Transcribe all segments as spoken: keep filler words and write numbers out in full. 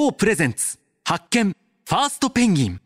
ゴー プレゼンツ発見ファーストペンギン。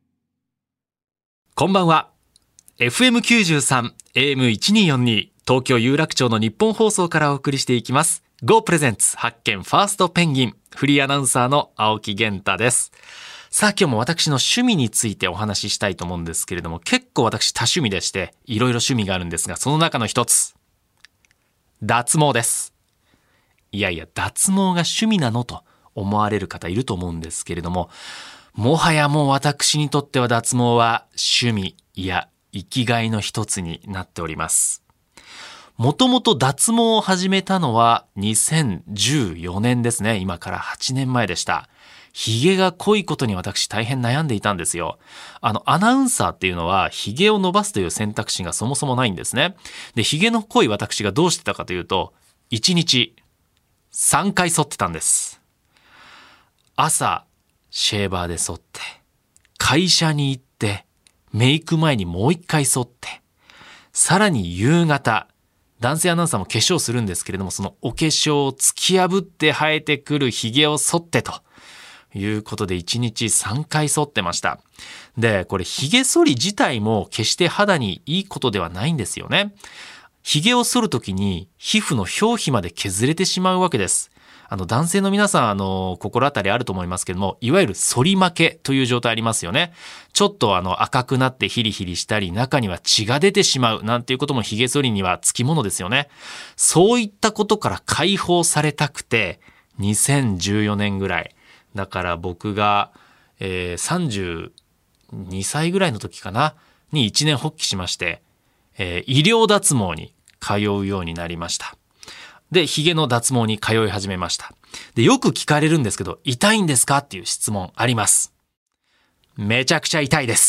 こんばんは。 エフエムきゅうじゅうさん エーエムせんにひゃくよんじゅうに 東京有楽町の日本放送からお送りしていきます ゴー プレゼンツ発見ファーストペンギン。フリーアナウンサーの青木源太です。さあ今日も私の趣味についてお話ししたいと思うんですけれども、結構私多趣味でしていろいろ趣味があるんですが、その中の一つ、脱毛です。いやいや、脱毛が趣味なのと思われる方いると思うんですけれども、もはやもう私にとっては脱毛は趣味や生きがいの一つになっております。もともと脱毛を始めたのはにせんじゅうよねんですね。今からはちねんまえでした。髭が濃いことに私大変悩んでいたんですよ。あのアナウンサーっていうのは髭を伸ばすという選択肢がそもそもないんですね。で、髭の濃い私がどうしてたかというと、いちにちさんかい剃ってたんです。朝シェーバーで剃って、会社に行ってメイク前にもう一回剃って、さらに夕方、男性アナウンサーも化粧するんですけれども、そのお化粧を突き破って生えてくる髭を剃ってということでいちにちさんかい剃ってました。で、これ髭剃り自体も決して肌にいいことではないんですよね。髭を剃るときに皮膚の表皮まで削れてしまうわけです。あの男性の皆さん、あの心当たりあると思いますけども、いわゆる反り負けという状態ありますよね。ちょっとあの赤くなってヒリヒリしたり、中には血が出てしまうなんていうことも髭剃りにはつきものですよね。そういったことから解放されたくて、にせんじゅうよねんぐらい、だから僕が、えー、さんじゅうにさいぐらいの時かなに一年発起しまして、えー、医療脱毛に通うようになりました。で、髭の脱毛に通い始めました。で、よく聞かれるんですけど、痛いんですかっていう質問あります。めちゃくちゃ痛いです。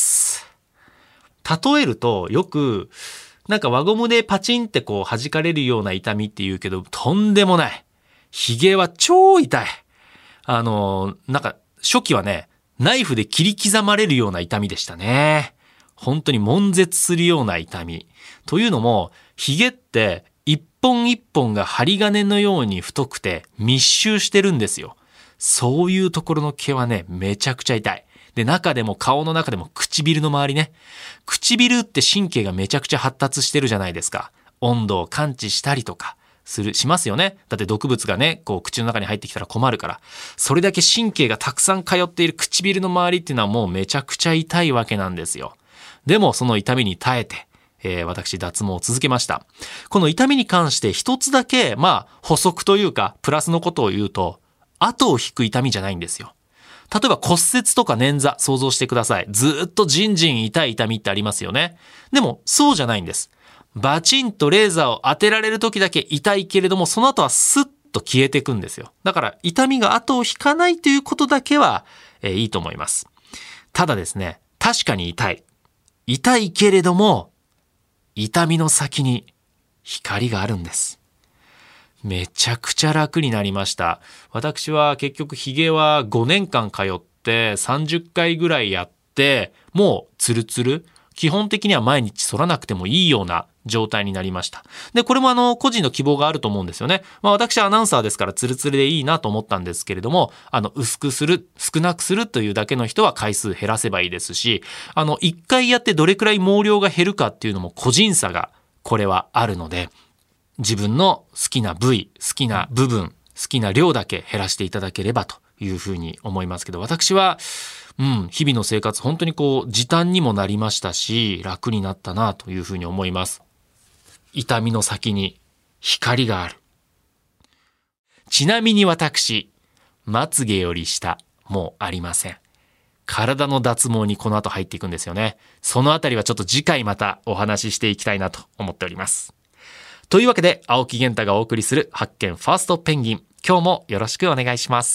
例えると、よく、なんか輪ゴムでパチンってこう弾かれるような痛みって言うけど、とんでもない。髭は超痛い。あの、なんか、初期はね、ナイフで切り刻まれるような痛みでしたね。本当に悶絶するような痛み。というのも、髭って、一本一本が針金のように太くて密集してるんですよ。そういうところの毛はね、めちゃくちゃ痛い。で、中でも顔の中でも唇の周りね。唇って神経がめちゃくちゃ発達してるじゃないですか。温度を感知したりとかする、しますよね。だって毒物がね、こう口の中に入ってきたら困るから。それだけ神経がたくさん通っている唇の周りっていうのはもうめちゃくちゃ痛いわけなんですよ。でもその痛みに耐えて、えー、私脱毛を続けました。この痛みに関して一つだけ、まあ補足というかプラスのことを言うと、後を引く痛みじゃないんですよ。例えば骨折とか捻挫想像してください。ずっとじんじん痛い痛みってありますよね。でもそうじゃないんです。バチンとレーザーを当てられる時だけ痛いけれども、その後はスッと消えていくんですよ。だから痛みが後を引かないということだけは、えー、いいと思います。ただですね、確かに痛い。痛いけれども、痛みの先に光があるんです。めちゃくちゃ楽になりました。私は結局ヒゲはごねんかん通ってさんじゅっかいぐらいやって、もうツルツル、基本的には毎日剃らなくてもいいような状態になりました。で、これもあの個人の希望があると思うんですよね。まあ私はアナウンサーですからツルツルでいいなと思ったんですけれども、あの薄くする、少なくするというだけの人は回数減らせばいいですし、あのいっかいやってどれくらい毛量が減るかっていうのも個人差がこれはあるので、自分の好きな部位、好きな部分、好きな量だけ減らしていただければというふうに思いますけど、私はうん、日々の生活本当にこう時短にもなりましたし、楽になったなというふうに思います。痛みの先に光がある。ちなみに私、まつげより下もうありません。体の脱毛にこの後入っていくんですよね。そのあたりはちょっと次回またお話ししていきたいなと思っております。というわけで、青木源太がお送りする発見ファーストペンギン、今日もよろしくお願いします。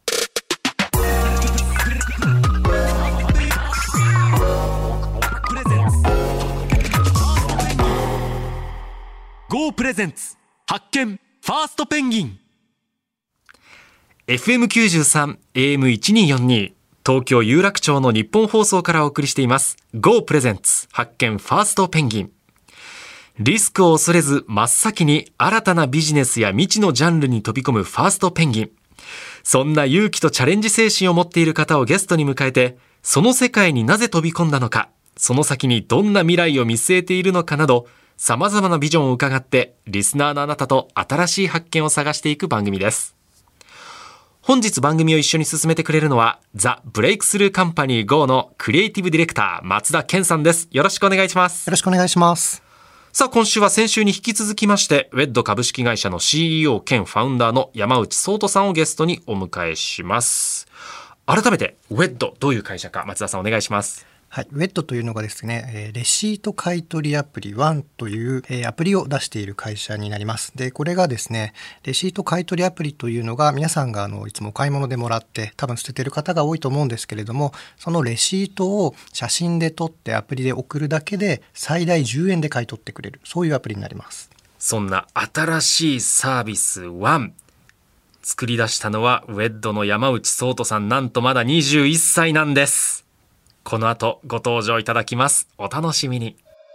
ゴー プレゼンツ発見ファーストペンギン。 エフエムきゅうじゅうさん エーエムせんにひゃくよんじゅうに 東京有楽町の日本放送からお送りしています ゴー プレゼンツ発見ファーストペンギン。リスクを恐れず真っ先に新たなビジネスや未知のジャンルに飛び込むファーストペンギン。 そんな勇気とチャレンジ精神を持っている方をゲストに迎えて、その世界になぜ飛び込んだのか、その先にどんな未来を見据えているのかなど、様々なビジョンを伺って、リスナーのあなたと新しい発見を探していく番組です。本日番組を一緒に進めてくれるのは、ザ・ブレイクスルーカンパニー ゴー のクリエイティブディレクター、松田健さんです。よろしくお願いします。 よろしくお願いします。 さあ、今週は先週に引き続きまして、ウェッド株式会社の シーイーオー 兼ファウンダーの山内壮人さんをゲストにお迎えします。改めて、ウェッドどういう会社か、松田さんお願いします。 はい、ウェットというのがですね、レシート買取アプリワンというアプリを出している会社になります。で、これがですね、レシート買取アプリというのが皆さんがあのいつもお買い物でもらって多分捨ててる方が多いと思うんですけれども、そのレシートを写真で撮ってアプリで送るだけで最大じゅうえんで買い取ってくれる、そういうアプリになります。 そんな新しいサービスワン、作り出したのはウェッドの山内壮人さん、なんとまだにじゅういっさいなんです。この後ご登場いただきます。お楽しみに。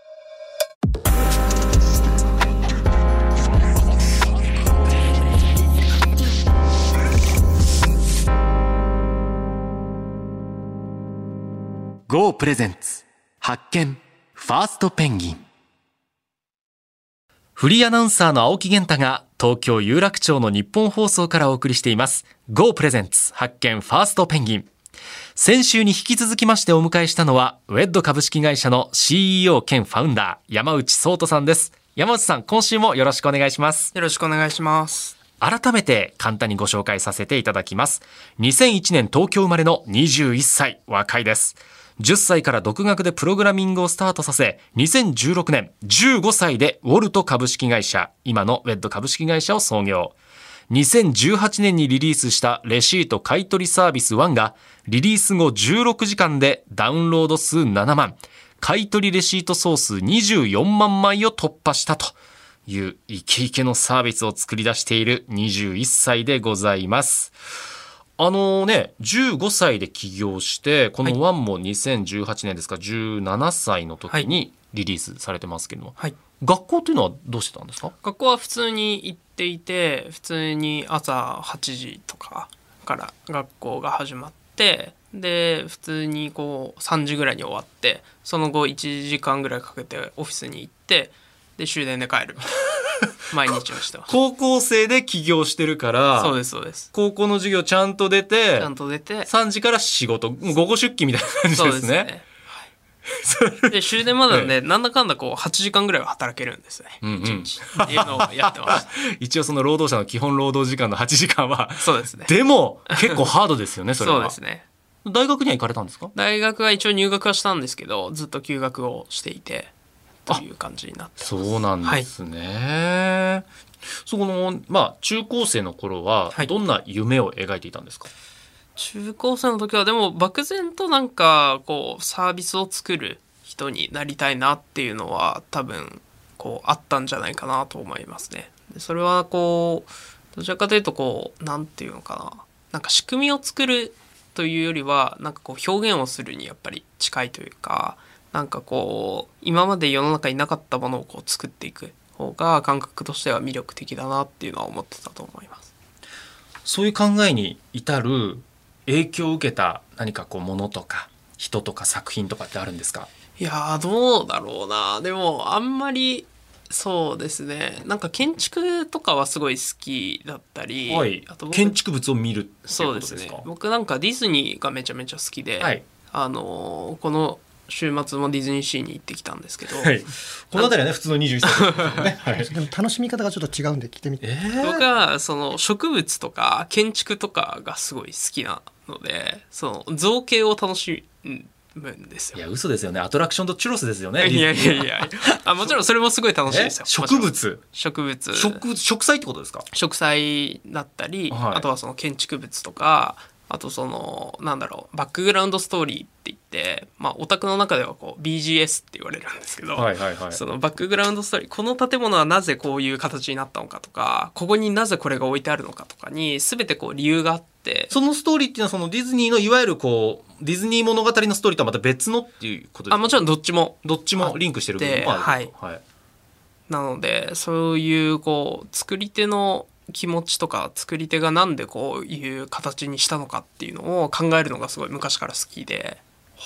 ゴープレゼンツ発見ファーストペンギン。 フリーアナウンサーの青木源太が東京有楽町の日本放送からお送りしています。ゴープレゼンツ発見ファーストペンギン。先週に引き続きましてお迎えしたのはウェッド株式会社の シーイーオー 兼ファウンダー山内壮人さんです。山内さん、今週もよろしくお願いします。 よろしくお願いします。 改めて簡単にご紹介させていただきます。にせんいちねん東京生まれのにじゅういっさい、若いです。じゅっさいから独学でプログラミングをスタートさせ、にせんじゅうろくねんじゅうごさいでウォルト株式会社、今のウェッド株式会社を創業。にせんじゅうはちねんにリリースしたレシート買取サービスワンがリリース後じゅうろくじかんでダウンロード数ななまん、買取レシート総数にじゅうよんまんまいを突破したというイケイケのサービスを作り出しているにじゅういっさいでございます。あのね、じゅうごさいで起業して、このワンもにせんじゅうはちねんですか、じゅうななさいの時にリリースされてますけども、はい、学校というのはどうしてたんですか？ 学校は普通に行っていて、普通に朝はちじとかから学校が始まって、で普通にこうさんじぐらいに終わって、その後いちじかんぐらいかけてオフィスに行って、で終電で帰るみたいな毎日をしてます。 高校生で起業してるから、 そうですそうです。 高校の授業ちゃんと出て、 ちゃんと出てさんじから仕事、もう午後出勤みたいな感じですね。 そうですね。で終電までなんで、なんだかんだこうはちじかんぐらいは働けるんですね、うんうん、いちにちっていうのをやってました一応その労働者の基本労働時間のはちじかんはそうですね。 でも結構ハードですよね。それはそうですね。 大学には行かれたんですか？ 大学は一応入学はしたんですけど、ずっと休学をしていてという感じになってます。 そうなんですね、はい、そこの、まあ、中高生の頃はどんな夢を描いていたんですか？はい、 中高生の時はでも漠然となんかこうサービスを作る人になりたいなっていうのは多分こうあったんじゃないかなと思いますね。でそれはこうどちらかというとこうなんていうのかな、なんか仕組みを作るというよりはなんかこう表現をするにやっぱり近いというか、なんかこう今まで世の中になかったものをこう作っていく方が感覚としては魅力的だなっていうのは思ってたと思います。 そういう考えに至る影響を受けた何かこうものとか人とか作品とかってあるんですか？ いやどうだろうな。でもあんまりそうですね、なんか建築とかはすごい好きだったり、 はい、あと建築物を見るっていうことですか？ そうですね、僕なんかディズニーがめちゃめちゃ好きで、はい、あのこの週末もディズニーシーに行ってきたんですけど、はい、 この辺りはね普通のにじゅういっさいですよね、はい、 でも楽しみ方がちょっと違うんで聞いてみて、えー、僕はその植物とか建築とかがすごい好きなので、その造形を楽しむんですよ。 いや嘘ですよね。アトラクションとチュロスですよね。 いやいやいやあもちろんそれもすごい楽しいですよ。 植物植物植植栽ってことですか？ 植栽だったり、はい、あとはその建築物とか、あとそのなんだろうバックグラウンドストーリーって言って、まあ、オタクの中ではこう ビージーエス って言われるんですけど、はいはいはい、そのバックグラウンドストーリー、この建物はなぜこういう形になったのかとか、ここになぜこれが置いてあるのかとかに全てこう理由があって、 そのストーリーっていうのはそのディズニーのいわゆるこうディズニー物語のストーリーとはまた別のっていうことですか？ あもちろんどっちもどっちもリンクしてる部分もある、 はいはい、なのでそういうこう作り手の気持ちとか作り手がなんでこういう形にしたのかっていうのを考えるのがすごい昔から好きで。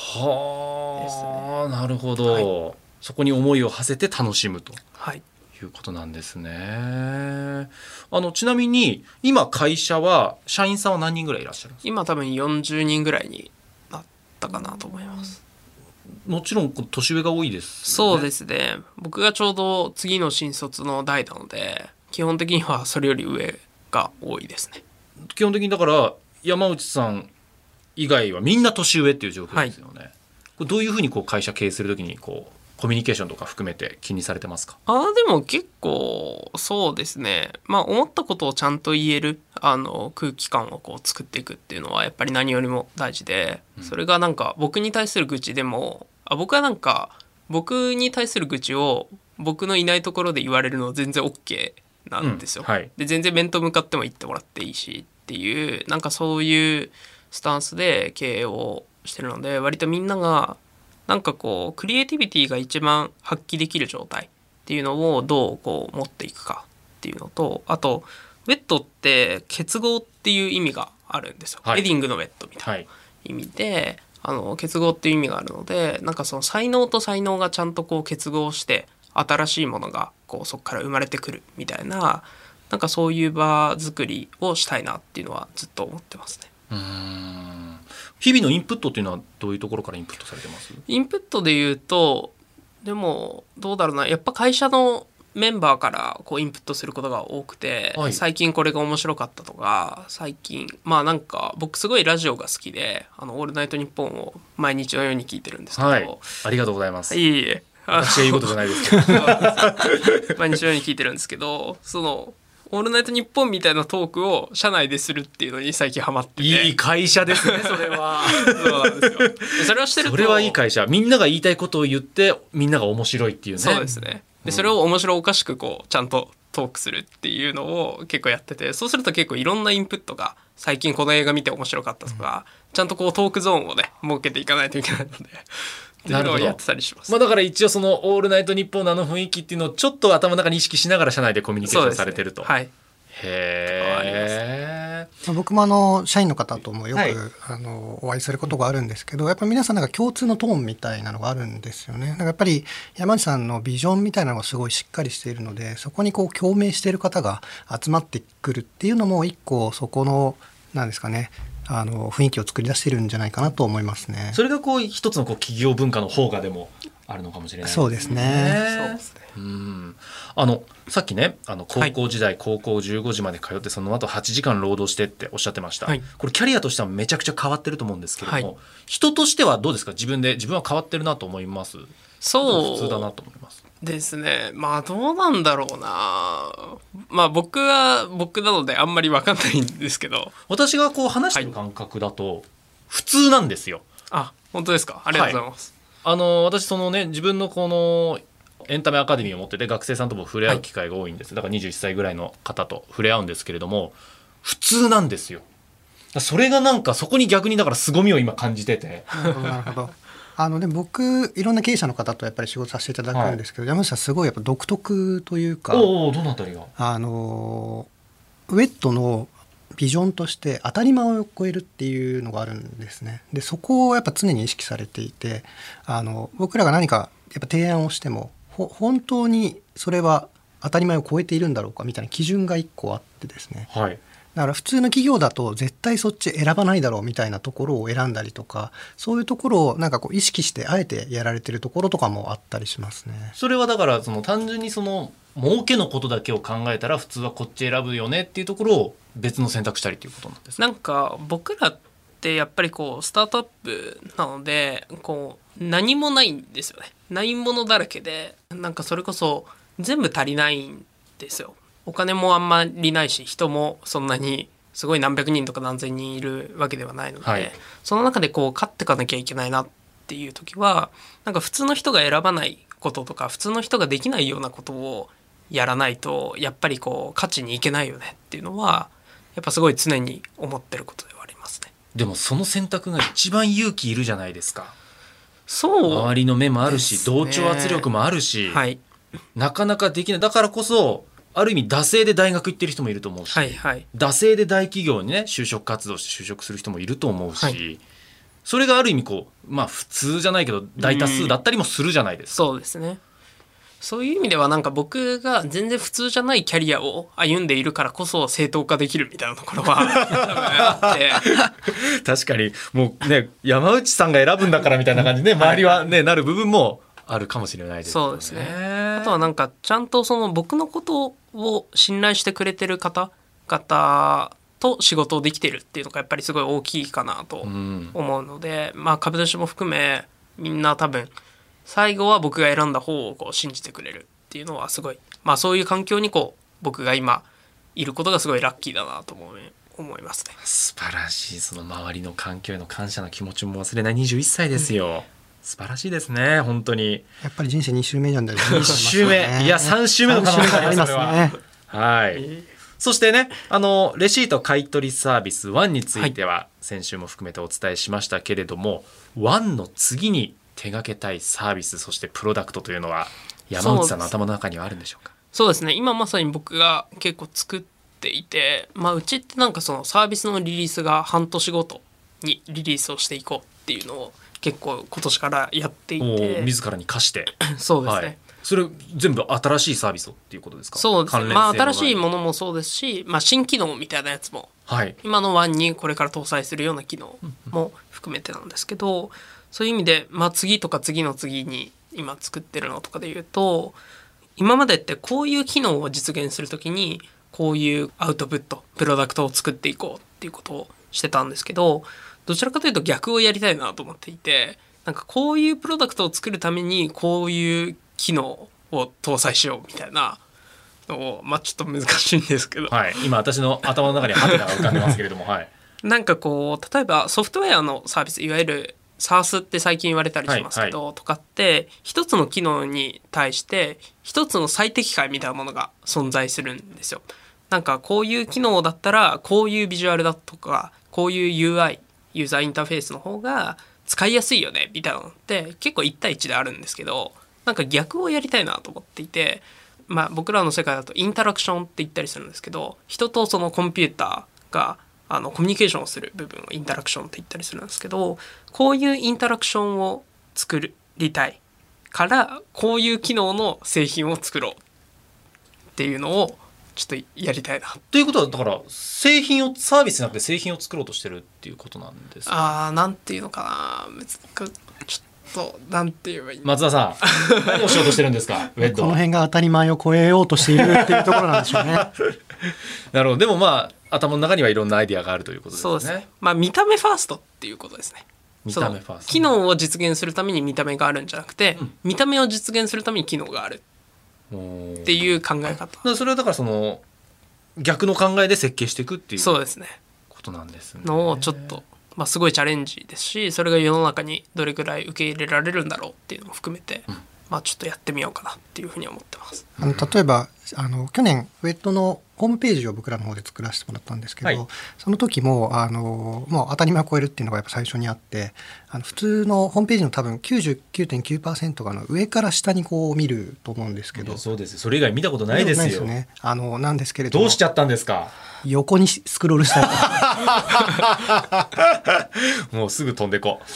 はあ、なるほど、 はい、 そこに思いを馳せて楽しむとはいいうことなんですね。あのちなみに今会社は社員さんは何人ぐらいいらっしゃるんですか？ 今多分よんじゅうにんぐらいになったかなと思います。 もちろん年上が多いですよね。 そうですね。僕がちょうど次の新卒の代なので基本的にはそれより上が多いですね。 基本的にだから山内さん以外はみんな年上っていう状況ですよね、はい、これどういうふうにこう会社経営するときにこうコミュニケーションとか含めて気にされてますか？ あでも結構そうですね、まあ思ったことをちゃんと言えるあの空気感をこう作っていくっていうのはやっぱり何よりも大事で、それがなんか僕に対する愚痴でもあ僕はなんか僕に対する愚痴を僕のいないところで言われるの全然 OK なんですよ、 うんはい、 で全然面と向かっても言ってもらっていいしっていうなんかそういうスタンスで経営をしてるので、割とみんながなんかこうクリエイティビティが一番発揮できる状態っていうのをどうこう持っていくかっていうのと、あとウェットって結合っていう意味があるんですよ、はい、エディングのウェットみたいな意味で、はい、あの結合っていう意味があるので、なんかその才能と才能がちゃんとこう結合して新しいものがこうそこから生まれてくるみたいな、なんかそういう場作りをしたいなっていうのはずっと思ってますね。 うーん日々のインプットっていうのはどういうところからインプットされてます？ インプットで言うとでもどうだろうな、やっぱ会社のメンバーからこうインプットすることが多くて、はい、最近これが面白かったとか、最近まあなんか僕すごいラジオが好きであのオールナイトニッポンを毎日のように聞いてるんですけど、はい、 ありがとうございます。 いえいえ私が言うことじゃないですけど毎日のように聞いてるんですけど、そのオールナイトニッポンみたいなトークを社内でするっていうのに最近ハマってて、 いい会社ですねそれはそうなんですよ。それをしてるとそれはいい会社、みんなが言いたいことを言ってみんなが面白いっていうね。 そうですね。でそれを面白おかしくこうちゃんとトークするっていうのを結構やってて、そうすると結構いろんなインプットが最近この映画見て面白かったとか、うん、ちゃんとこうトークゾーンをね設けていかないといけないのでっていうのをやってたりします。 まあ、だから一応そのオールナイトニッポンのあの雰囲気っていうのをちょっと頭の中に意識しながら社内でコミュニケーションされてると。 はい。 へー。 僕もあの社員の方ともよく、 はい、 あのお会いすることがあるんですけど、やっぱり皆さんなんか共通のトーンみたいなのがあるんですよね。だからやっぱり山内さんのビジョンみたいなのがすごいしっかりしているので、そこにこう共鳴している方が集まってくるっていうのも一個そこのなんですかね、あの雰囲気を作り出しているんじゃないかなと思いますね。 それがこう一つのこう企業文化の方がでもあるのかもしれないですね。 そうですね。 そうですね。 うん、あのさっきねあの高校時代、はい、高校じゅうごじまで通ってその後はちじかん労働してっておっしゃってました、はい、これキャリアとしてはめちゃくちゃ変わってると思うんですけれども、はい、人としてはどうですか？自分で自分は変わってるなと思います？ そう普通だなと思いますですね。まあどうなんだろうな。まあ僕は僕なのであんまり分かんないんですけど、 私がこう話してる感覚だと普通なんですよ。 あ、本当ですか？ありがとうございます、 はい、あの私そのね自分のこのエンタメアカデミーを持ってて学生さんとも触れ合う機会が多いんです、はい、だからにじゅっさいぐらいの方と触れ合うんですけれども普通なんですよ。それがなんかそこに逆にだから凄みを今感じててなるほどなるほど。あので僕いろんな経営者の方とやっぱり仕事させていただくんですけど、はい、山内さんすごいやっぱ独特というか、 おおどのあたりがあのウェットのビジョンとして当たり前を超えるっていうのがあるんですね。でそこをやっぱ常に意識されていて、あの僕らが何かやっぱ提案をしても本当にそれは当たり前を超えているんだろうかみたいな基準がいっこあってですね、 はい、 だから普通の企業だと絶対そっち選ばないだろうみたいなところを選んだりとか、そういうところをなんかこう意識してあえてやられてるところとかもあったりしますね。 それはだからその単純にその儲けのことだけを考えたら普通はこっち選ぶよねっていうところを別の選択したりっていうことなんですか？ なんか僕らってやっぱりこうスタートアップなのでこう何もないんですよね。ないものだらけで、なんかそれこそ全部足りないんですよ。お金もあんまりないし人もそんなにすごい何百人とか何千人いるわけではないので、はい、その中でこう勝っていかなきゃいけないなっていう時はなんか普通の人が選ばないこととか普通の人ができないようなことをやらないとやっぱりこう勝ちにいけないよねっていうのはやっぱすごい常に思ってることではありますね。 でもその選択が一番勇気いるじゃないですか。 そう周りの目もあるし、同調圧力もあるし、 はい、 なかなかできない。だからこそある意味惰性で大学行ってる人もいると思うし、 はいはい惰性で大企業にね就職活動して就職する人もいると思うし、 はいそれがある意味こうまあ普通じゃないけど大多数だったりもするじゃないですか。 そうですね。そういう意味ではなんか僕が全然普通じゃないキャリアを歩んでいるからこそ正当化できるみたいなところは多分あって確かにもうね山内さんが選ぶんだからみたいな感じで、ね、周りはねなる部分もあるかもしれないですよね。 そうですね。あとはなんかちゃんとその僕のことを信頼してくれてる方々と仕事をできてるっていうのがやっぱりすごい大きいかなとうん思うので、まあ株主も含めみんな多分最後は僕が選んだ方をこう信じてくれるっていうのはすごい、まあそういう環境にこう僕が今いることがすごいラッキーだなと思い思いますね。 素晴らしい。その周りの環境への感謝の気持ちも忘れないにじゅういっさいですよ。素晴らしいですね本当に。 やっぱり人生に周目なんだよね。 いち周目いやさん周目の可能性ありますね。 そはいそしてねあのレシート買取サービスワンについては先週も含めてお伝えしましたけれども、ワンの次に手掛けたいサービスそしてプロダクトというのは山内さんの頭の中にはあるんでしょうか。 そうですね。今まさに僕が結構作っていて、まあうちってなんかそのサービスのリリースが半年ごとにリリースをしていこうっていうのを結構今年からやっていて、 自らに課してそうですね、 はい、それ全部新しいサービスをっていうことですか。 そうですね。まあ新しいもものもそうですし、まあ、新機能みたいなやつもはい今のワンにこれから搭載するような機能も含めてなんですけど、そういう意味で、まあ、次とか次の次に今作ってるのとかで言うと、今までってこういう機能を実現するときにこういうアウトプットプロダクトを作っていこうっていうことをしてたんですけど、どちらかというと逆をやりたいなと思っていて、なんかこういうプロダクトを作るためにこういう機能を搭載しようみたいなのを、まあちょっと難しいんですけど、 はい、今私の頭の中にハテナが浮かんでますけれども、はい、 なんかこう例えばソフトウェアのサービス、いわゆる SaaS って最近言われたりしますけど、はいはい、とかって一つの機能に対して一つの最適解みたいなものが存在するんですよ。なんかこういう機能だったらこういうビジュアルだとかこういう ユーアイ ユーザーインターフェースの方が使いやすいよねみたいなのって結構いち対いちであるんですけど、なんか逆をやりたいなと思っていて、まあ僕らの世界だとインタラクションって言ったりするんですけど、人とそのコンピューターがあのコミュニケーションをする部分をインタラクションって言ったりするんですけど、こういうインタラクションを作りたいからこういう機能の製品を作ろうっていうのをちょっとやりたいな。 ということはだから製品をサービスじゃなくて製品を作ろうとしてるっていうことなんですか。 あーなんていうのかな、ちょっとなんて言えばいいんだ。 松田さん何をしようとしてるんですかウェットこの辺が当たり前を超えようとしているっていうところなんでしょうね。 なるほど。でもまあ頭の中にはいろんなアイディアがあるということですね。 そうですね。まあ見た目ファーストっていうことですね。 見た目ファースト。 機能を実現するために見た目があるんじゃなくて、うん、見た目を実現するために機能があるっていう考え方。 それはだからその逆の考えで設計していくっていうそうですねことなんですね。 のをちょっと、まあ、すごいチャレンジですし、それが世の中にどれくらい受け入れられるんだろうっていうのも含めて、うん、まあ、ちょっとやってみようかなっていうふうに思ってます。 あの例えばあの去年ウェットのホームページを僕らの方で作らせてもらったんですけど、はい、その時もあのもう当たり前を超えるっていうのがやっぱ最初にあって、あの普通のホームページの多分 きゅうじゅうきゅうてんきゅうパーセント がの上から下にこう見ると思うんですけど、 そうです。それ以外見たことないですよ。 ないですよね。あのなんですけれども、 どうしちゃったんですか。 横にスクロールしたいもうすぐ飛んでこ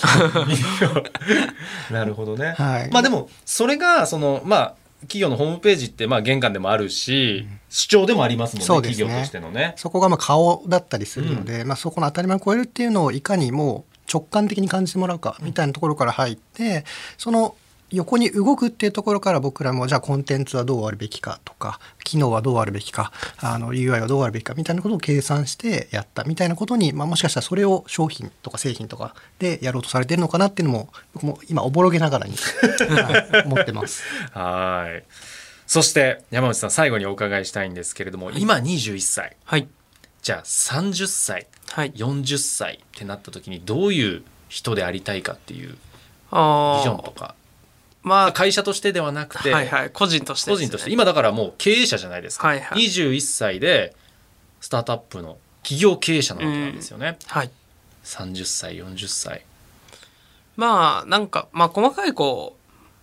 なるほどね、 はい、 まあでもそれがそのまあ企業のホームページってまあ玄関でもあるし、うん、主張でもありますもんね。 そうですね、 企業としてのね。 そこがまあ顔だったりするので、うん、まあ、そこの当たり前を超えるっていうのをいかにもう直感的に感じてもらうかみたいなところから入って、その横に動くっていうところから僕らもじゃあコンテンツはどうあるべきかとか機能はどうあるべきか、あの ユーアイ はどうあるべきかみたいなことを計算してやったみたいなことに、まあ、もしかしたらそれを商品とか製品とかでやろうとされてるのかなっていうのも僕も今おぼろげながらに思ってます。 はい。そして山内さん、最後にお伺いしたいんですけれども、はい、今にじゅういっさい、 はい、 じゃあさんじゅっさい、 はい、 よんじゅっさいってなった時にどういう人でありたいかっていうビジョョンとか、 まあ、 会社としてではなくて、 はいはい、個人としてですね、 個人として今だからもう経営者じゃないですか、 はいはい、 にじゅういっさいでスタートアップの企業経営者なわけなんですよね、うん、 はい、 さんじゅっさいよんじゅっさい、 まあなんか、まあ、細かいこう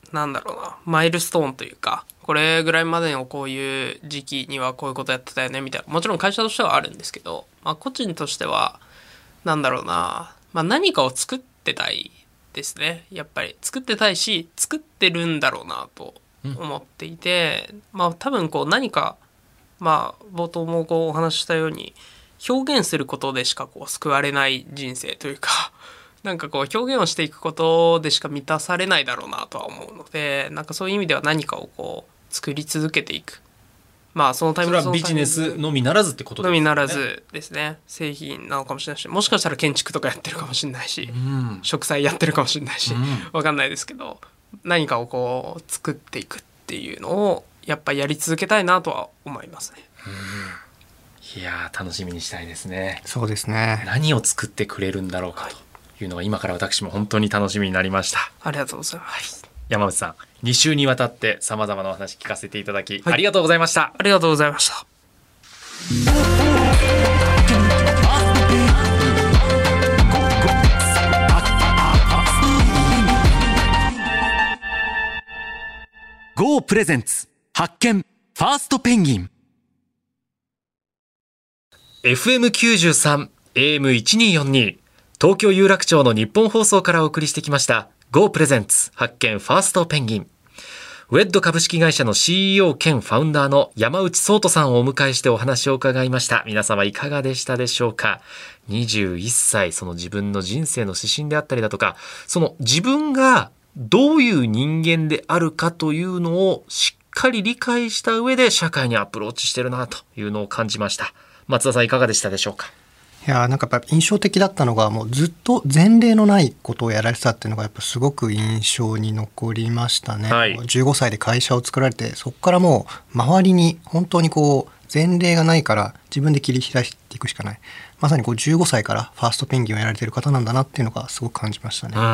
なんだろうなマイルストーンというか、これぐらいまでのこういう時期にはこういうことやってたよねみたいな、もちろん会社としてはあるんですけど、まあ、個人としてはなんだろうな、まあ、何かを作ってたいですね。やっぱり作ってたいし作ってるんだろうなと思っていて、うん、まあ多分こう何か、まあ冒頭もこうお話ししたように表現することでしかこう救われない人生というかなんかこう表現をしていくことでしか満たされないだろうなとは思うので、なんかそういう意味では何かをこう作り続けていく、まあそのタイミング、 それはビジネスのみならずってことですね。 のみならずですね。製品なのかもしれないし、もしかしたら建築とかやってるかもしれないし、うん、植栽やってるかもしれないし、うん、わかんないですけど、何かをこう作っていくっていうのをやっぱりやり続けたいなとは思いますね。 うん、いや楽しみにしたいですね。 そうですね。 何を作ってくれるんだろうかというのが今から私も本当に楽しみになりました。 ありがとうございます。 山内さん、に週にわたってさまざまなお話聞かせていただき、はい、ありがとうございました。 ありがとうございました。 ゴープレゼンツ発見ファーストペンギン。 エフエムきゅうじゅうさん エーエムせんにひゃくよんじゅうに 東京有楽町の日本放送からお送りしてきましたゴープレゼンツ発見ファーストペンギン。ウェッド株式会社の シーイーオー 兼ファウンダーの山内壮人さんをお迎えしてお話を伺いました。皆様いかがでしたでしょうか。にじゅういっさい、その自分の人生の指針であったりだとか、その自分がどういう人間であるかというのをしっかり理解した上で社会にアプローチしてるなというのを感じました。松田さんいかがでしたでしょうか。 いやなんかやっぱ印象的だったのが、もうずっと前例のないことをやられてたっていうのがやっぱすごく印象に残りましたね。はい、じゅうごさいで会社を作られて、そこからもう周りに本当にこう前例がないから自分で切り開いていくしかない、まさにこうじゅうごさいからファーストペンギンをやられている方なんだなっていうのがすごく感じましたね。 うん、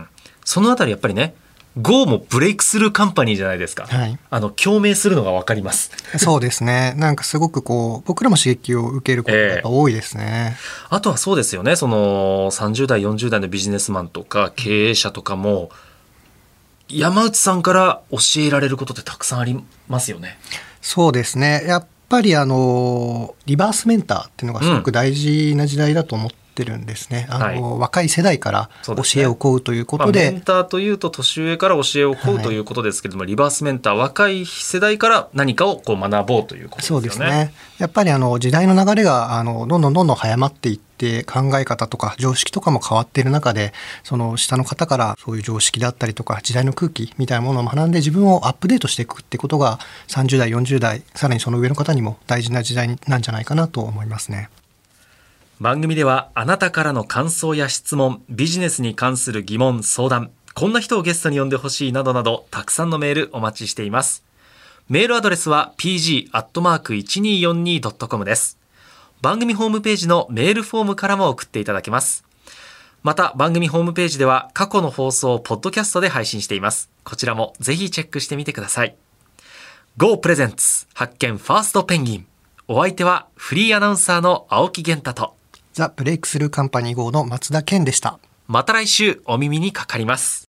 そのあたりやっぱりね、ゴーもブレイクスルーカンパニーじゃないですか。はい、あの共鳴するのが分かります。 そうですね。なんかすごくこう僕らも刺激を受けることがやっぱ多いですね。 えー、あとはそうですよね。そのさんじゅう代よんじゅう代のビジネスマンとか経営者とかも山内さんから教えられることってたくさんありますよね。 そうですね。やっぱりあのリバースメンターっていうのがすごく大事な時代だと思っててるんですね。あの、はい、若い世代から教えを請うということで、 まあ、メンターというと年上から教えを請うということですけれども、はい、リバースメンター、若い世代から何かをこう学ぼうということですよね。 そうですね。やっぱりあの時代の流れがあのどんどんどんどん早まっていって、考え方とか常識とかも変わっている中で、その下の方からそういう常識だったりとか時代の空気みたいなものを学んで自分をアップデートしていくってことがさんじゅう代よんじゅう代さらにその上の方にも大事な時代なんじゃないかなと思いますね。 番組ではあなたからの感想や質問、ビジネスに関する疑問、相談、こんな人をゲストに呼んでほしいなどなど、たくさんのメールお待ちしています。メールアドレスは ピージー アットマーク いちにーよんにー ドットコム です。番組ホームページのメールフォームからも送っていただけます。また番組ホームページでは過去の放送をポッドキャストで配信しています。こちらもぜひチェックしてみてください。 ゴー プレゼンツ発見ファーストペンギン。お相手はフリーアナウンサーの青木源太とザ・ブレイクスルーカンパニー号の松田健でした。 また来週お耳にかかります。